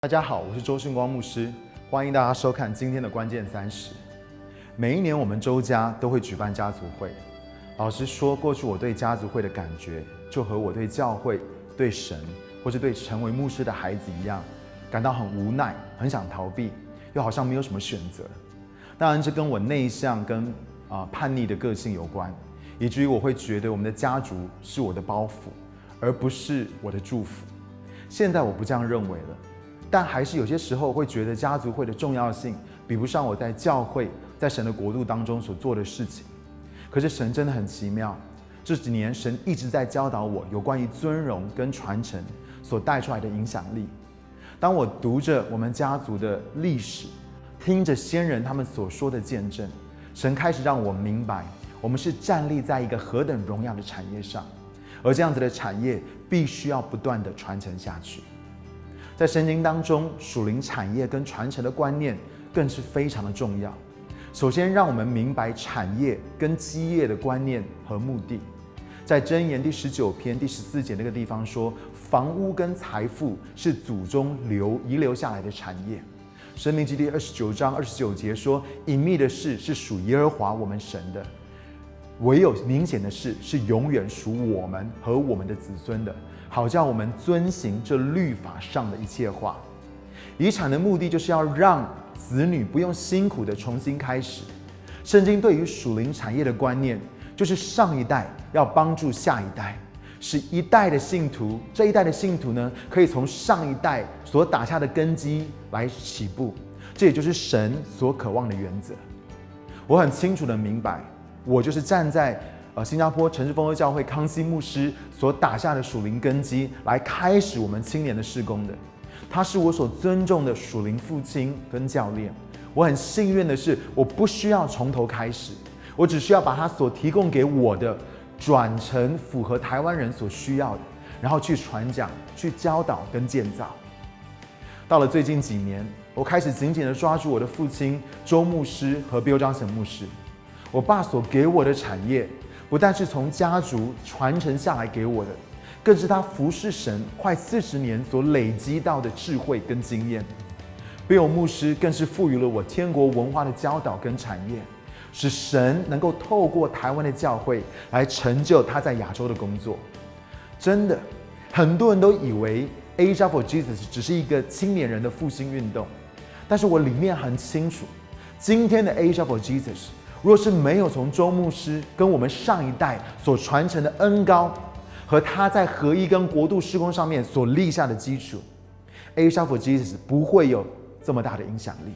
大家好，我是周训光牧师，欢迎大家收看今天的关键30。每一年我们周家都会举办家族会。老实说，过去我对家族会的感觉，就和我对教会、对神，或是对成为牧师的孩子一样，感到很无奈，很想逃避，又好像没有什么选择。当然，这跟我内向跟叛逆的个性有关，以至于我会觉得我们的家族是我的包袱，而不是我的祝福。现在我不这样认为了。但还是有些时候会觉得家族会的重要性比不上我在教会、在神的国度当中所做的事情。可是神真的很奇妙，这几年神一直在教导我有关于尊荣跟传承所带出来的影响力。当我读着我们家族的历史，听着先人他们所说的见证，神开始让我明白，我们是站立在一个何等荣耀的产业上，而这样子的产业必须要不断的传承下去。在圣经当中，属灵产业跟传承的观念更是非常的重要。首先，让我们明白产业跟基业的观念和目的。在箴言第19篇第14节那个地方说，房屋跟财富是祖宗遗留下来的产业。申命记第29章29节说，隐秘的事是属耶和华我们神的，唯有明显的事是永远属我们和我们的子孙的，好叫我们遵行这律法上的一切话。遗产的目的就是要让子女不用辛苦的重新开始。圣经对于属灵产业的观念，就是上一代要帮助下一代，使一代的信徒，这一代的信徒呢，可以从上一代所打下的根基来起步。这也就是神所渴望的原则。我很清楚的明白，我就是站在新加坡城市丰禾教会康熙牧师所打下的属灵根基来开始我们青年的事工的。他是我所尊重的属灵父亲跟教练。我很幸运的是，我不需要从头开始，我只需要把他所提供给我的转成符合台湾人所需要的，然后去传讲、去教导跟建造。到了最近几年，我开始紧紧的抓住我的父亲周牧师和 Bill Johnson 牧师。我爸所给我的产业，不但是从家族传承下来给我的，更是他服侍神快40年所累积到的智慧跟经验。Bill牧师更是赋予了我天国文化的教导跟产业，使神能够透过台湾的教会来成就他在亚洲的工作。真的，很多人都以为 Asia for Jesus 只是一个青年人的复兴运动，但是我里面很清楚，今天的 Asia for Jesus若是没有从周牧师跟我们上一代所传承的恩膏，和他在合一跟国度事工上面所立下的基础， Asia for Jesus 不会有这么大的影响力。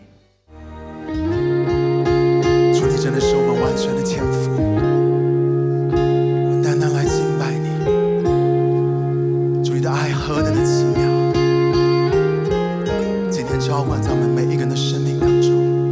主，你真的是我们完全的天赋，我们单单来敬拜你。主，你的爱何等的奇妙，今天浇灌在我们每一个人的生命当中。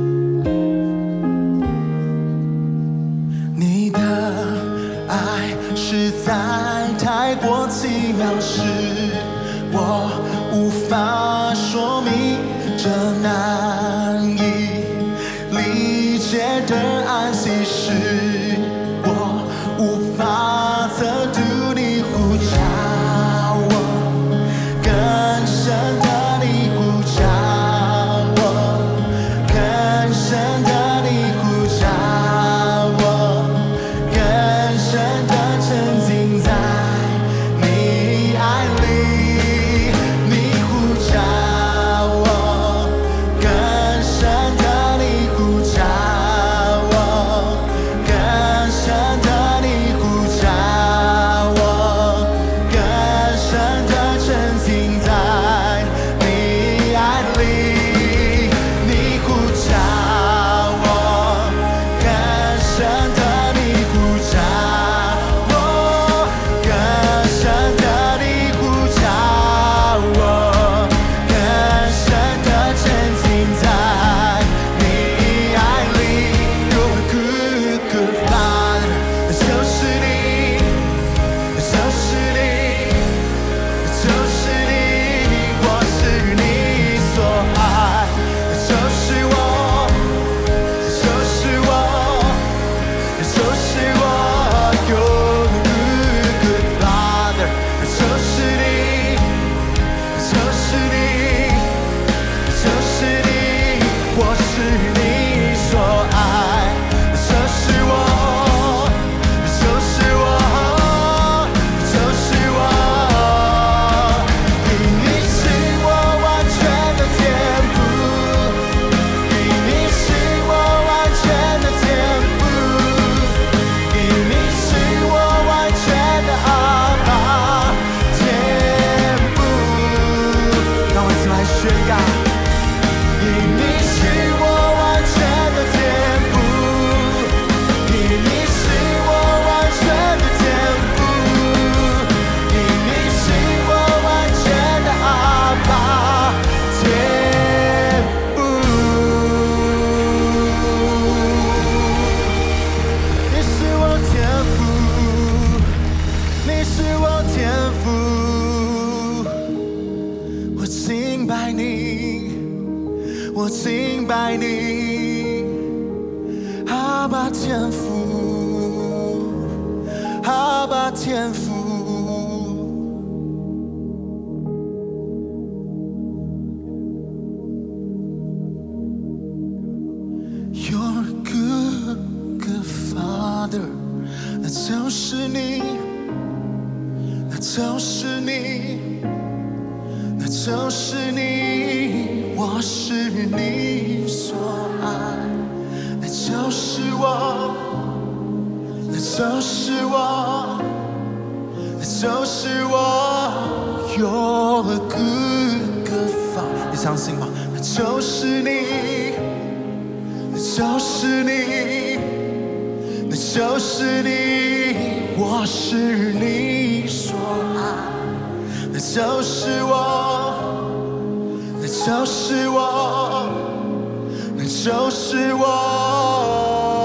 你的爱实在太过奇妙，是我无法说明，这难以理解的爱，其实我无法测度。你呼召我，更深的你呼召我，更深的你呼召我，更深的沉浸在你爱里。你呼召我，更宣告，因你是我完全的天赋，因你是我完全的天赋，因你是我完全的阿爸天父，你是我天赋，你是我天赋，我敬拜你，我敬拜你，阿爸天父，阿爸天父。You're a good, good father， 那就是你，那就是你，那就是你，我是你所爱，那就是我，那就是我，那就是我。You're a good, good father， 你相信吗？那就是你，那就是你，那就是你，我是你所爱，那就是我，那就是我，那就是我。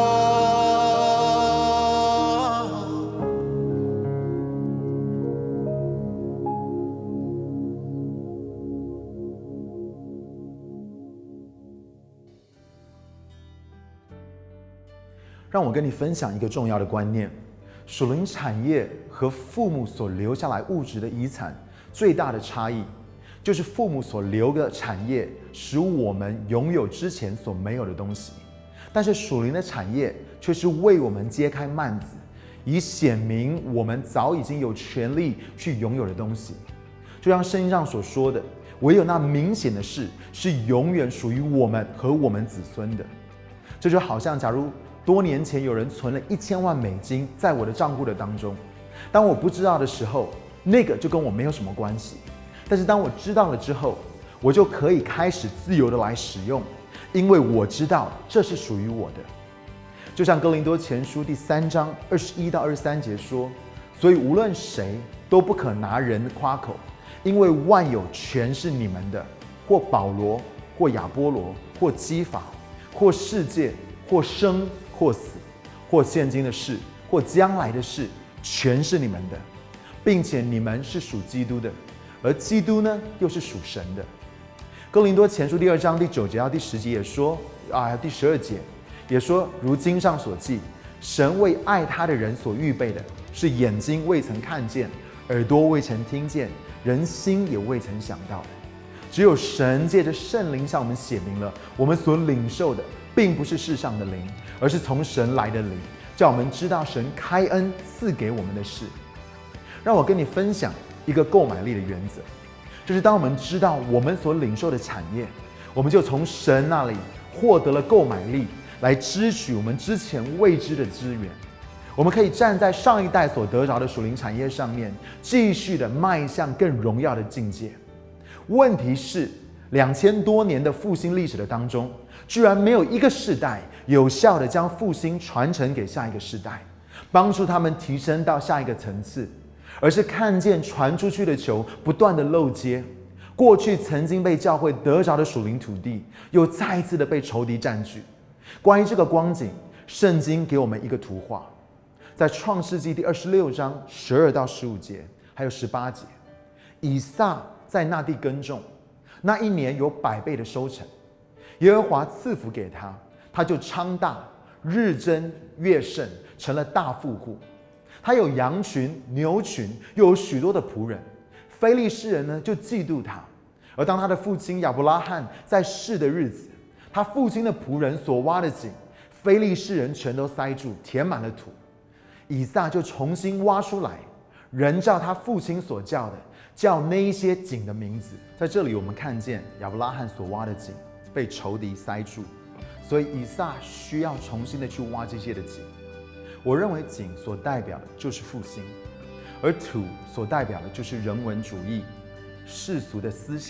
让我跟你分享一个重要的观念：属灵产业和父母所留下来物质的遗产最大的差异，就是父母所留的产业使我们拥有之前所没有的东西，但是属灵的产业却是为我们揭开幔子，以显明我们早已经有权利去拥有的东西。就像圣经上所说的，唯有那明显的事是永远属于我们和我们子孙的。这就好像假如多年前有人存了1000万美金在我的账户的当中，当我不知道的时候，那个就跟我没有什么关系。但是当我知道了之后，我就可以开始自由的来使用，因为我知道这是属于我的。就像哥林多前书第3章21到23节说，所以无论谁都不可拿人夸口，因为万有全是你们的，或保罗，或亚波罗，或基法，或世界，或生，或死，或现今的事，或将来的事，全是你们的，并且你们是属基督的，而基督呢，又是属神的。哥林多前书第2章第9节到第10节也说，第12节也说，如经上所记，神为爱他的人所预备的，是眼睛未曾看见，耳朵未曾听见，人心也未曾想到的。只有神借着圣灵向我们显明了，我们所领受的并不是世上的灵，而是从神来的灵，叫我们知道神开恩赐给我们的事。让我跟你分享一个购买力的原则，就是当我们知道我们所领受的产业，我们就从神那里获得了购买力，来支取我们之前未知的资源。我们可以站在上一代所得着的属灵产业上面，继续的迈向更荣耀的境界。问题是，2000多年的复兴历史的当中，居然没有一个世代有效的将复兴传承给下一个世代，帮助他们提升到下一个层次，而是看见传出去的球不断的漏接，过去曾经被教会得着的属灵土地，又再一次的被仇敌占据。关于这个光景，圣经给我们一个图画，在创世纪第26章12到15节，还有18节，以撒在那地耕种，那一年有100倍的收成，耶和华赐福给他，他就昌大，日增月盛，成了大富户。他有羊群、牛群，又有许多的仆人。非利士人呢，就嫉妒他。而当他的父亲亚伯拉罕在世的日子，他父亲的仆人所挖的井，非利士人全都塞住，填满了土。以撒就重新挖出来，人照他父亲所叫的，叫那一些井的名字。在这里我们看见亚伯拉罕所挖的井被仇敌塞住，所以以撒需要重新的去挖这些的井。我认为井所代表的就是复兴，而土所代表的就是人文主义、世俗的思想、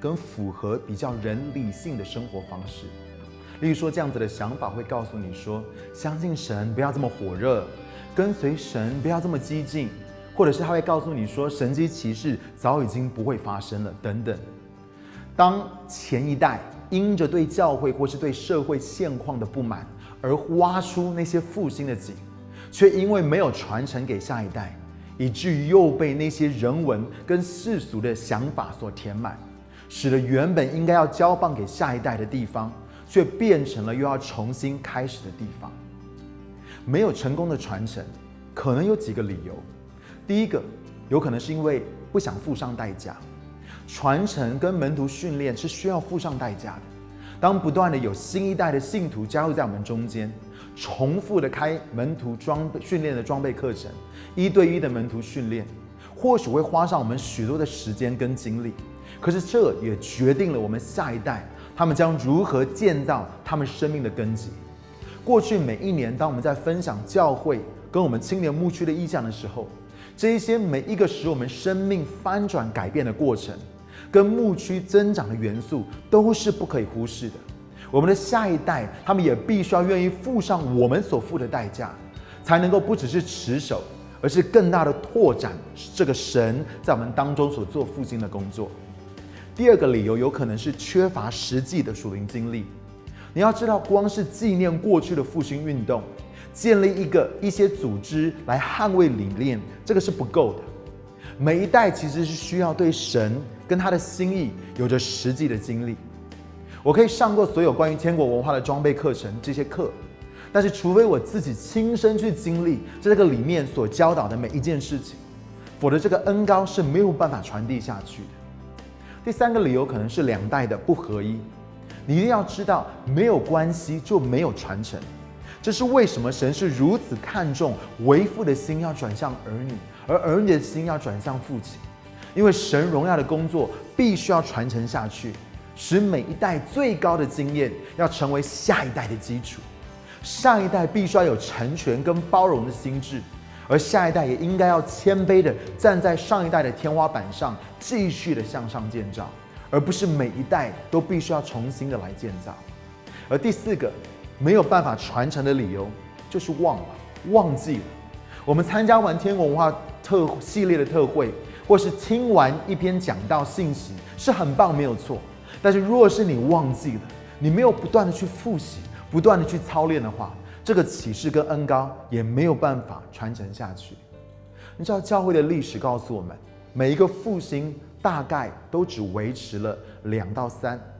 跟符合比较人理性的生活方式。例如说，这样子的想法会告诉你说，相信神，不要这么火热；跟随神，不要这么激进；或者是他会告诉你说，神迹奇事早已经不会发生了，等等。当前一代因着对教会或是对社会现况的不满而挖出那些复兴的井，却因为没有传承给下一代，以至于又被那些人文跟世俗的想法所填满，使得原本应该要交棒给下一代的地方，却变成了又要重新开始的地方。没有成功的传承，可能有几个理由。第一个，有可能是因为不想付上代价。传承跟门徒训练是需要付上代价的。当不断的有新一代的信徒加入在我们中间，重复的开门徒训练的装备课程，1对1的门徒训练，或许会花上我们许多的时间跟精力，可是这也决定了我们下一代他们将如何建造他们生命的根基。过去每一年，当我们在分享教会跟我们青年牧区的意向的时候，这一些每一个使我们生命翻转改变的过程，跟牧区增长的元素都是不可以忽视的。我们的下一代，他们也必须要愿意付上我们所付的代价，才能够不只是持守，而是更大的拓展这个神在我们当中所做复兴的工作。第二个理由有可能是缺乏实际的属灵经历。你要知道，光是纪念过去的复兴运动，建立一些组织来捍卫理念，这个是不够的。每一代其实是需要对神跟他的心意有着实际的经历。我可以上过所有关于天国文化的装备课程这些课，但是除非我自己亲身去经历这个里面所教导的每一件事情，否则这个恩膏是没有办法传递下去的。第三个理由可能是2代的不合一。你一定要知道，没有关系就没有传承。这是为什么神是如此看重为父的心要转向儿女，而儿女的心要转向父亲。因为神荣耀的工作必须要传承下去，使每一代最高的经验要成为下一代的基础。上一代必须要有成全跟包容的心智，而下一代也应该要谦卑的站在上一代的天花板上，继续的向上建造，而不是每一代都必须要重新的来建造。而第4个没有办法传承的理由就是忘记了。我们参加完天国文化系列的特会，或是听完一篇讲道信息是很棒，没有错。但是若是你忘记了，你没有不断的去复习，不断的去操练的话，这个启示跟恩膏也没有办法传承下去。你知道教会的历史告诉我们，每一个复兴大概都只维持了2到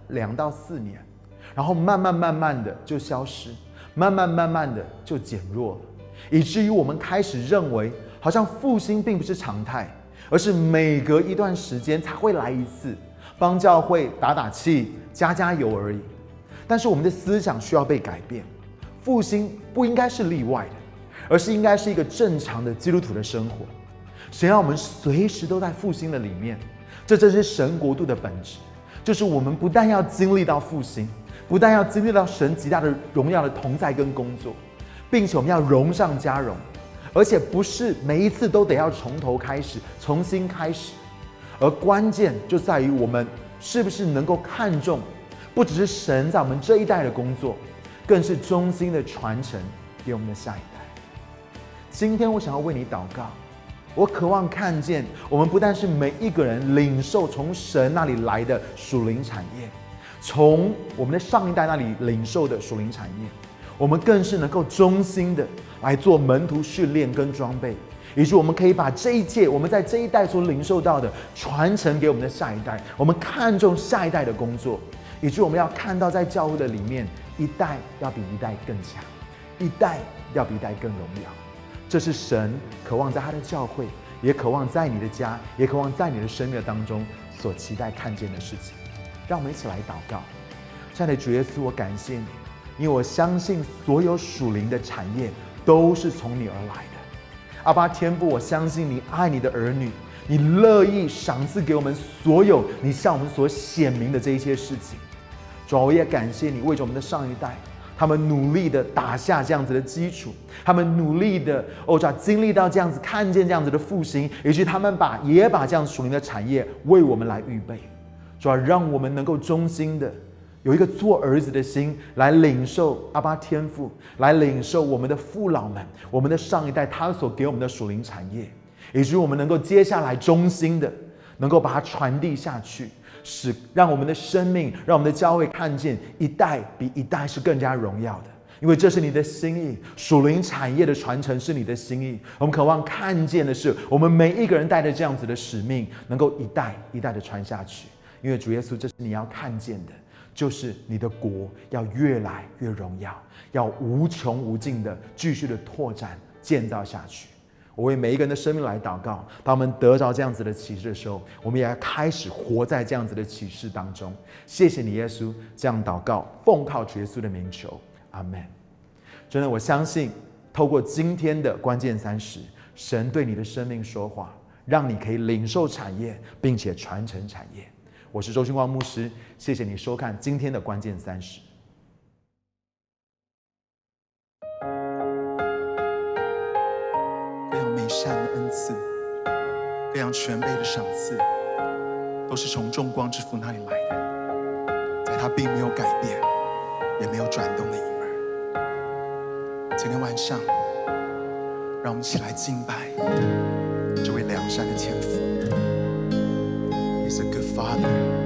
4年，然后慢慢的就消失，慢慢的就减弱了，以至于我们开始认为，好像复兴并不是常态，而是每隔一段时间才会来一次，帮教会打气、加油而已。但是我们的思想需要被改变，复兴不应该是例外的，而是应该是一个正常的基督徒的生活。神让我们随时都在复兴的里面，这正是神国度的本质，就是我们不但要经历到复兴，不但要经历到神极大的荣耀的同在跟工作，并且我们要荣上加荣，而且不是每一次都得要从头开始，重新开始。而关键就在于我们是不是能够看重，不只是神在我们这一代的工作，更是忠心的传承给我们的下一代。今天我想要为你祷告，我渴望看见我们不但是每一个人领受从神那里来的属灵产业，从我们的上一代那里领受的属灵产业，我们更是能够忠心的来做门徒训练跟装备，以及我们可以把这一切我们在这一代所领受到的传承给我们的下一代。我们看重下一代的工作，以及我们要看到在教会的里面，一代要比一代更强，一代要比一代更荣耀。这是神渴望在他的教会，也渴望在你的家，也渴望在你的生命当中所期待看见的事情。让我们一起来祷告。亲爱的主耶稣，我感谢你，因为我相信所有属灵的产业都是从你而来的。阿爸天父，我相信你爱你的儿女，你乐意赏赐给我们所有你向我们所显明的这一些事情。主，我也感谢你为着我们的上一代，他们努力的打下这样子的基础，他们努力的经历到这样子，看见这样子的复兴，以及他们也把这样属灵的产业为我们来预备。 主要让我们能够忠心的有一个做儿子的心，来领受阿爸天父，来领受我们的父老们，我们的上一代他所给我们的属灵产业，以至于我们能够接下来忠心的能够把它传递下去，让我们的生命，让我们的教会看见一代比一代是更加荣耀的。因为这是你的心意，属灵产业的传承是你的心意。我们渴望看见的是，我们每一个人带着这样子的使命，能够一代一代的传下去。因为主耶稣，这是你要看见的，就是你的国要越来越荣耀，要无穷无尽的继续的拓展建造下去。我为每一个人的生命来祷告，当我们得着这样子的启示的时候，我们也要开始活在这样子的启示当中。谢谢你耶稣，这样祷告奉靠主耶稣的名求，阿们。真的，我相信透过今天的关键30，神对你的生命说话，让你可以领受产业，并且传承产业。我是周兴光牧师，谢谢你收看今天的关键30。 各样美善的恩赐，各样全备的赏赐，都是从众光之父那里来的，在他并没有改变，也没有转动的影儿。今天晚上，让我们起来敬拜这位良善的天父。He's a good father。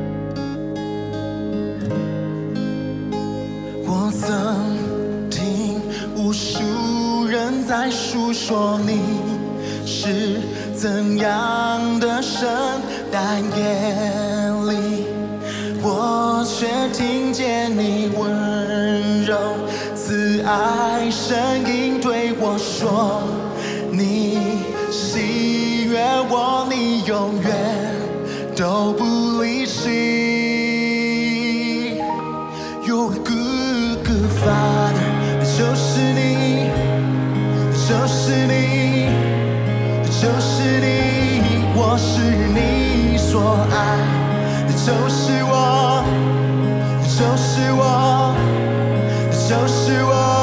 我曾听无数人在述说你是怎样的神，但夜里我却听见你温柔慈爱声音对我说，你喜悦我，你永远都不离弃。You're a good, good father， 就是你，就是你，就是你，我是你所爱，就是我，就是我，就是我。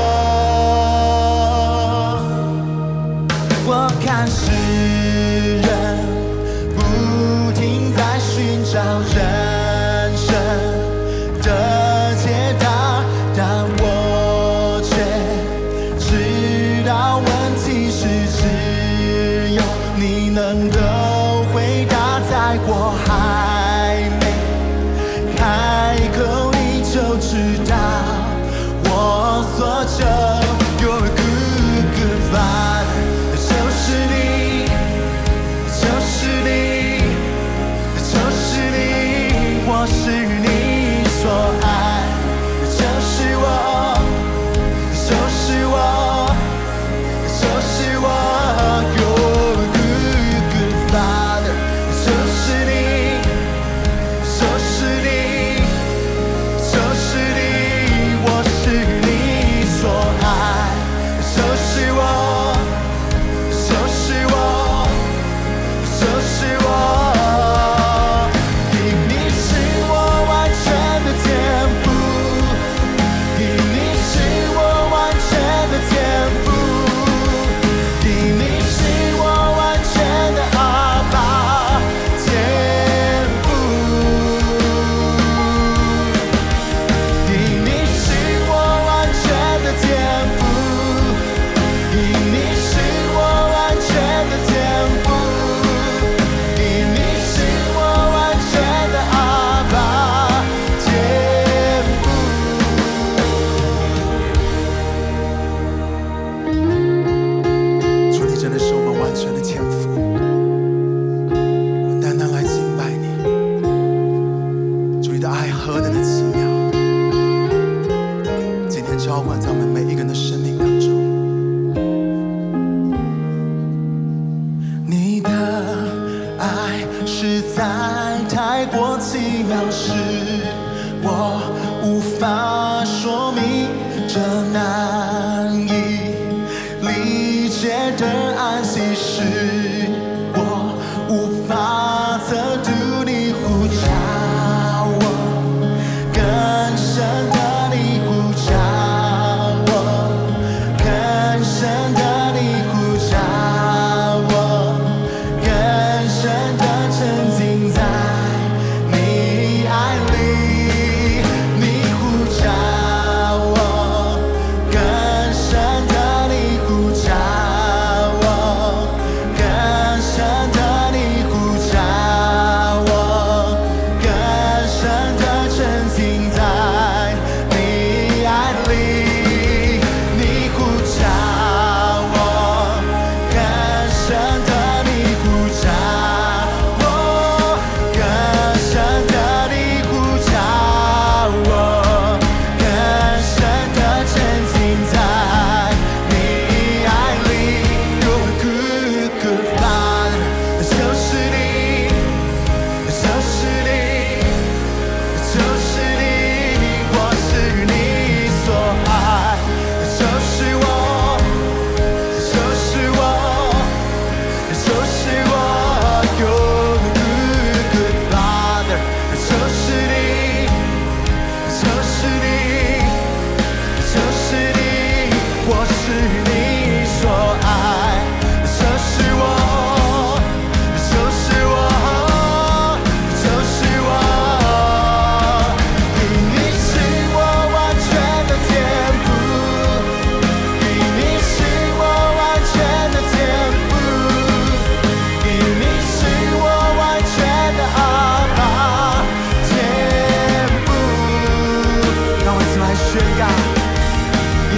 我看世人不停在寻找人生的解答，但我却知道问题是只有你能够回答。在我还没开口，你就知道我所求。You're a good, good father， 就是你，就是你，就是你，我是你所爱，就是我，就是我，就是我。You're a good, good father， 就是你，就是你，就是你，我是你所爱，就是我，就是我，就是我。因你是我完全的天赋，因你是我完全的天赋，因你是我完全的阿爸天父，因你是我完全的天赋，因你是我完全的天赋，因你是我完全的阿爸天父。主，你真的是我们完全的天赋，我们单单来敬拜你。主，你的爱何等的奇妙，今天浇灌在我们每一个人的生命当中。你的爱实在太过奇妙，是我无法说明，这难以理解的爱，其实我无法测度。你呼召我，更深的你呼召我，更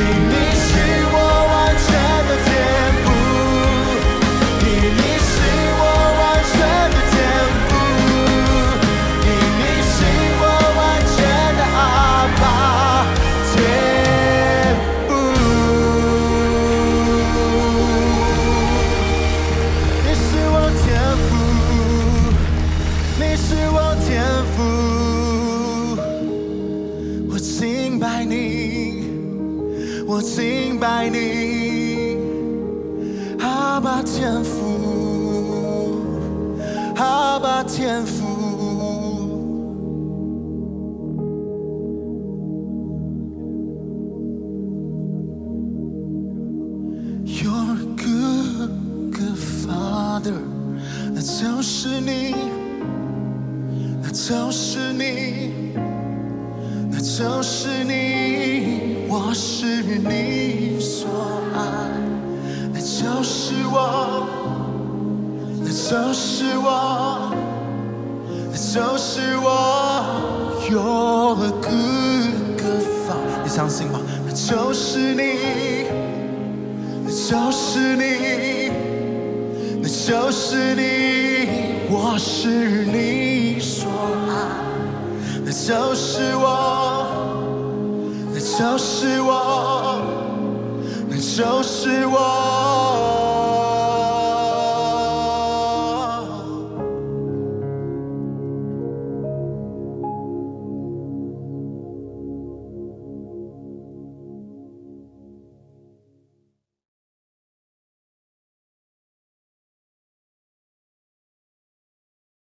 你是我完全的天赋，因你是我完全的天赋，因你是我完全的阿爸天父。你是我天赋，你是我天赋，我敬拜你，我敬拜你，阿爸天父，阿爸天父。You're a good, good father， 那就是你，那就是你，那就是你，我是你所爱，那就是我，那就是我，那就是我。You're a good, good father， 你相信吗？那就是你。就是你，那就是你，我是你所爱，那就是我，那就是我，那就是我。